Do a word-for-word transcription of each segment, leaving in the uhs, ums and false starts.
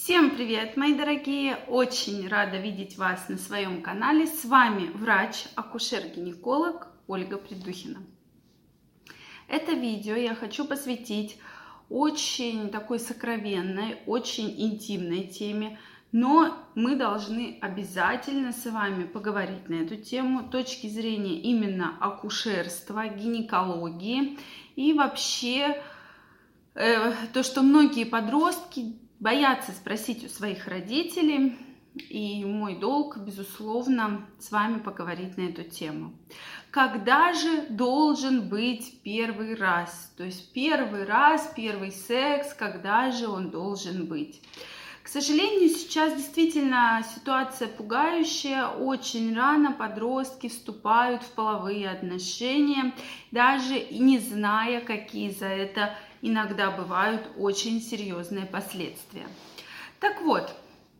Всем привет, мои дорогие! Очень рада видеть вас на своем канале. С вами врач-акушер-гинеколог Ольга Придухина. Это видео я хочу посвятить очень такой сокровенной, очень интимной теме, но мы должны обязательно с вами поговорить на эту тему с точки зрения именно акушерства, гинекологии и вообще э, то, что многие подростки боятся спросить у своих родителей, и мой долг, безусловно, с вами поговорить на эту тему. Когда же должен быть первый раз? То есть первый раз, первый секс, когда же он должен быть? К сожалению, сейчас действительно ситуация пугающая. Очень рано подростки вступают в половые отношения, даже и не зная, какие за это иногда бывают очень серьезные последствия. Так вот,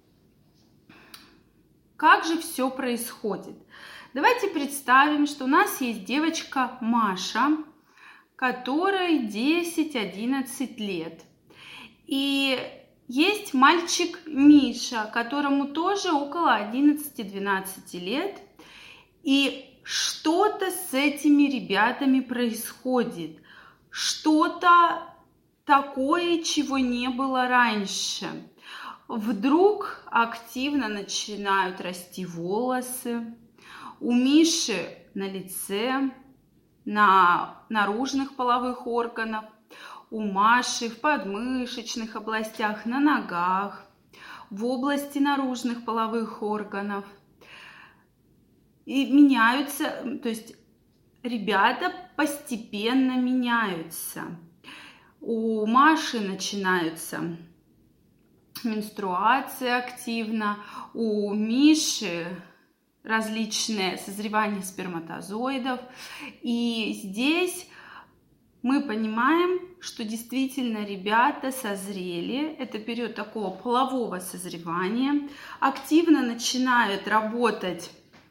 как же все происходит? Давайте представим, что у нас есть девочка Маша, которой десять-одиннадцать лет. И есть мальчик Миша, которому тоже около одиннадцати-двенадцати лет. И что-то с этими ребятами происходит. Что-то такое, чего не было раньше. Вдруг активно начинают расти волосы. У Миши на лице, на наружных половых органах, у Маши в подмышечных областях, на ногах, в области наружных половых органов. И меняются, то есть ребята постепенно меняются. У Маши начинаются менструации активно, у Миши различные созревания сперматозоидов. И здесь мы понимаем, что действительно ребята созрели. Это период такого полового созревания. Активно начинают работать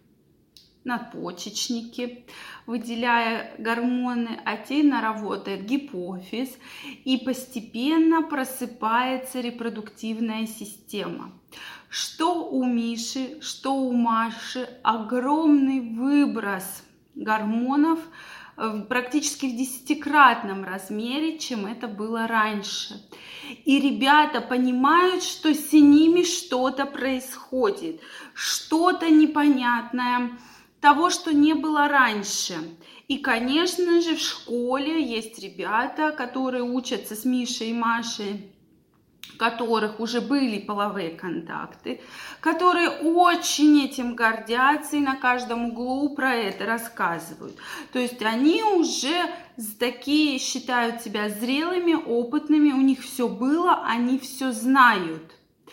надпочечники, выделяя гормоны, активно работает гипофиз, и постепенно просыпается репродуктивная система. Что у Миши, что у Маши огромный выброс гормонов практически в десятикратном размере, чем это было раньше. И ребята понимают, что с ними что-то происходит, что-то непонятное, того, что не было раньше. И, конечно же, в школе есть ребята, которые учатся с Мишей и Машей, у которых уже были половые контакты, которые очень этим гордятся и на каждом углу про это рассказывают. То есть они уже такие считают себя зрелыми, опытными, у них все было, они все знают.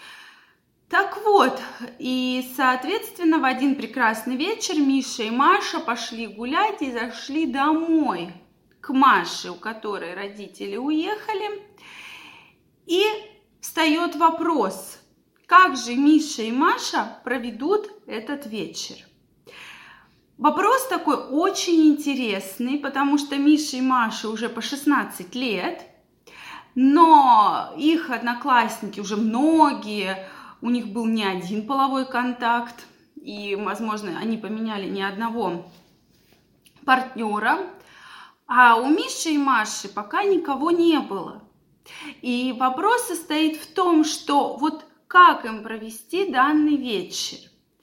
Так вот, и, соответственно, в один прекрасный вечер Миша и Маша пошли гулять и зашли домой к Маше, у которой родители уехали. И встает вопрос, как же Миша и Маша проведут этот вечер? Вопрос такой очень интересный, потому что Мише и Маше уже по шестнадцать лет, но их одноклассники уже многие, у них был не один половой контакт, и, возможно, они поменяли не одного партнера, а у Миши и Маши пока никого не было. И вопрос состоит в том, что вот как им провести данный вечер.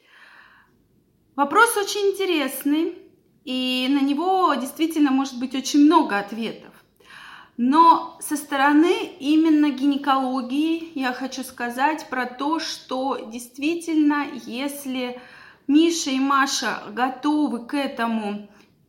Вопрос очень интересный, и на него действительно может быть очень много ответов. Но со стороны именно гинекологии я хочу сказать про то, что действительно, если Миша и Маша готовы к этому,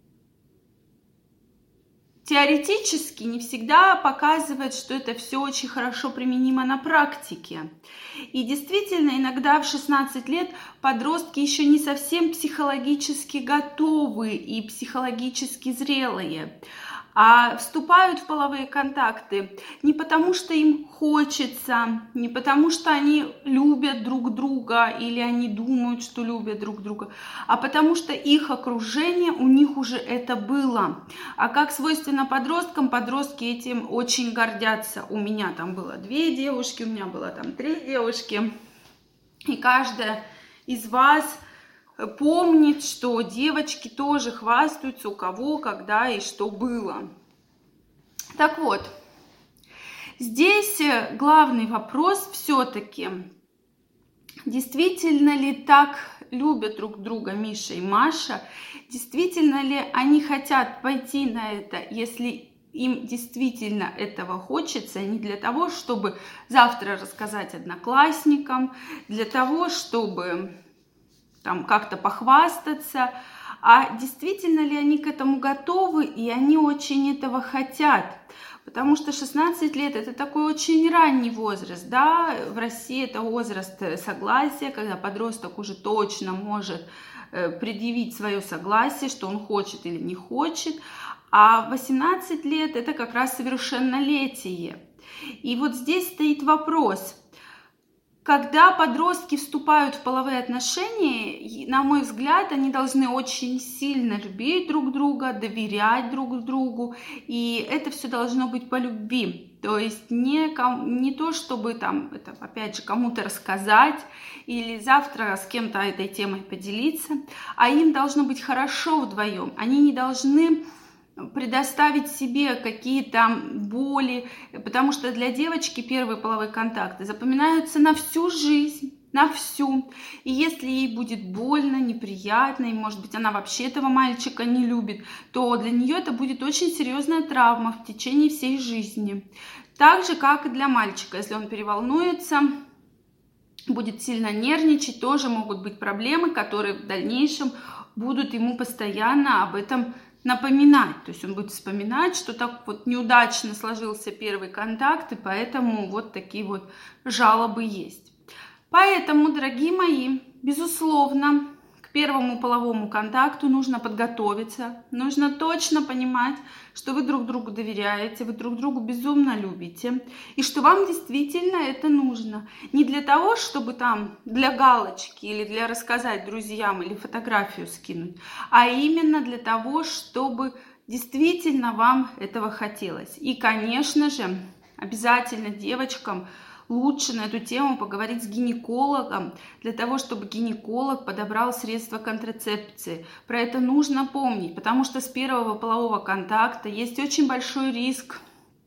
теоретически не всегда показывает, что это все очень хорошо применимо на практике. И действительно, иногда в шестнадцать лет подростки еще не совсем психологически готовы и психологически зрелые. а вступают в половые контакты не потому, что им хочется, не потому, что они любят друг друга или они думают, что любят друг друга, а потому что их окружение, у них уже это было. А как свойственно подросткам, подростки этим очень гордятся. У меня там было две девушки, у меня было там три девушки, и каждая из вас помнит, что девочки тоже хвастаются, у кого, когда и что было. Так вот, здесь главный вопрос все-таки, действительно ли так любят друг друга Миша и Маша, действительно ли они хотят пойти на это, если им действительно этого хочется, не для того, чтобы завтра рассказать одноклассникам, для того, чтобы там как-то похвастаться, а действительно ли они к этому готовы, и они очень этого хотят. Потому что шестнадцать лет это такой очень ранний возраст, да, в России это возраст согласия, когда подросток уже точно может предъявить свое согласие, что он хочет или не хочет, а восемнадцать лет это как раз совершеннолетие. И вот здесь стоит вопрос. Когда подростки вступают в половые отношения, на мой взгляд, они должны очень сильно любить друг друга, доверять друг другу, и это все должно быть по любви. То есть не, не то, чтобы там, это, опять же, кому-то рассказать или завтра с кем-то этой темой поделиться, а им должно быть хорошо вдвоем. Они не должны предоставить себе какие-то боли, потому что для девочки первые половые контакты запоминаются на всю жизнь, на всю. И если ей будет больно, неприятно, и, может быть, она вообще этого мальчика не любит, то для нее это будет очень серьезная травма в течение всей жизни. Так же, как и для мальчика, если он переволнуется, будет сильно нервничать, тоже могут быть проблемы, которые в дальнейшем будут ему постоянно об этом напоминать, то есть он будет вспоминать, что так вот неудачно сложился первый контакт, и поэтому вот такие вот жалобы есть. Поэтому, дорогие мои, безусловно, к первому половому контакту нужно подготовиться, нужно точно понимать, что вы друг другу доверяете, вы друг другу безумно любите, и что вам действительно это нужно. Не для того, чтобы там для галочки или для рассказать друзьям или фотографию скинуть, а именно для того, чтобы действительно вам этого хотелось. И, конечно же, обязательно девочкам лучше на эту тему поговорить с гинекологом, для того, чтобы гинеколог подобрал средства контрацепции. Про это нужно помнить, потому что с первого полового контакта есть очень большой риск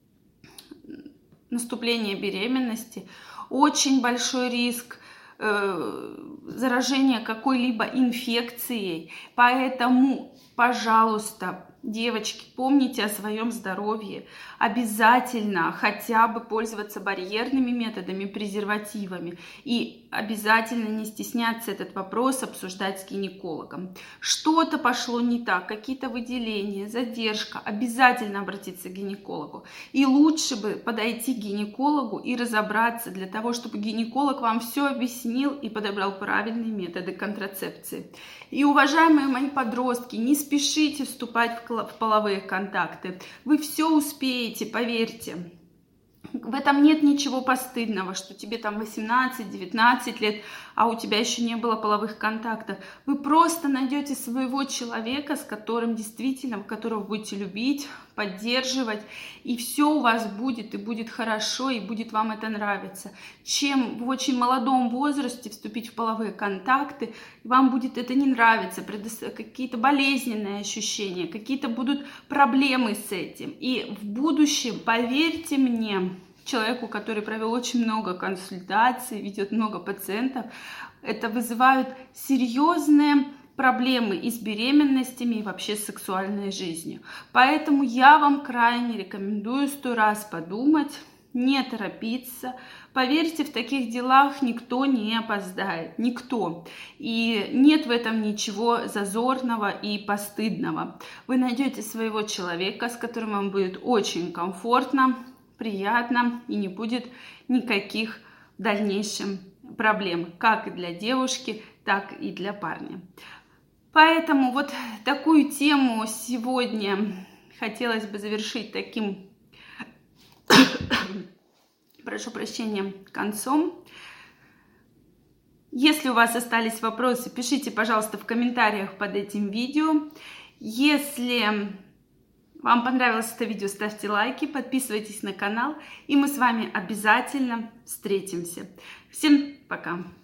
наступления беременности, очень большой риск э, заражения какой-либо инфекцией. Поэтому, пожалуйста, девочки, помните о своем здоровье. Обязательно хотя бы пользоваться барьерными методами, презервативами. И обязательно не стесняться этот вопрос обсуждать с гинекологом. Что-то пошло не так, какие-то выделения, задержка. Обязательно обратиться к гинекологу. И лучше бы подойти к гинекологу и разобраться для того, чтобы гинеколог вам все объяснил и подобрал правильные методы контрацепции. И, уважаемые мои подростки, не спешите вступать в в половые контакты. Вы все успеете, поверьте. В этом нет ничего постыдного, что тебе там восемнадцать-девятнадцать лет, а у тебя еще не было половых контактов. Вы просто найдете своего человека, с которым действительно, которого будете любить, поддерживать, и все у вас будет, и будет хорошо, и будет вам это нравиться. Чем в очень молодом возрасте вступить в половые контакты, вам будет это не нравиться, какие-то болезненные ощущения, какие-то будут проблемы с этим. И в будущем, поверьте мне, человеку, который провел очень много консультаций, ведет много пациентов, это вызывает серьезные проблемы и с беременностями, и вообще с сексуальной жизнью. Поэтому я вам крайне рекомендую сто раз подумать, не торопиться. Поверьте, в таких делах никто не опоздает, никто. И нет в этом ничего зазорного и постыдного. Вы найдете своего человека, с которым вам будет очень комфортно, приятно, и не будет никаких в дальнейшем проблем, как и для девушки, так и для парня. Поэтому вот такую тему сегодня хотелось бы завершить таким, прошу прощения, концом. Если у вас остались вопросы, пишите, пожалуйста, в комментариях под этим видео. Если вам понравилось это видео, ставьте лайки, подписывайтесь на канал, и мы с вами обязательно встретимся. Всем пока!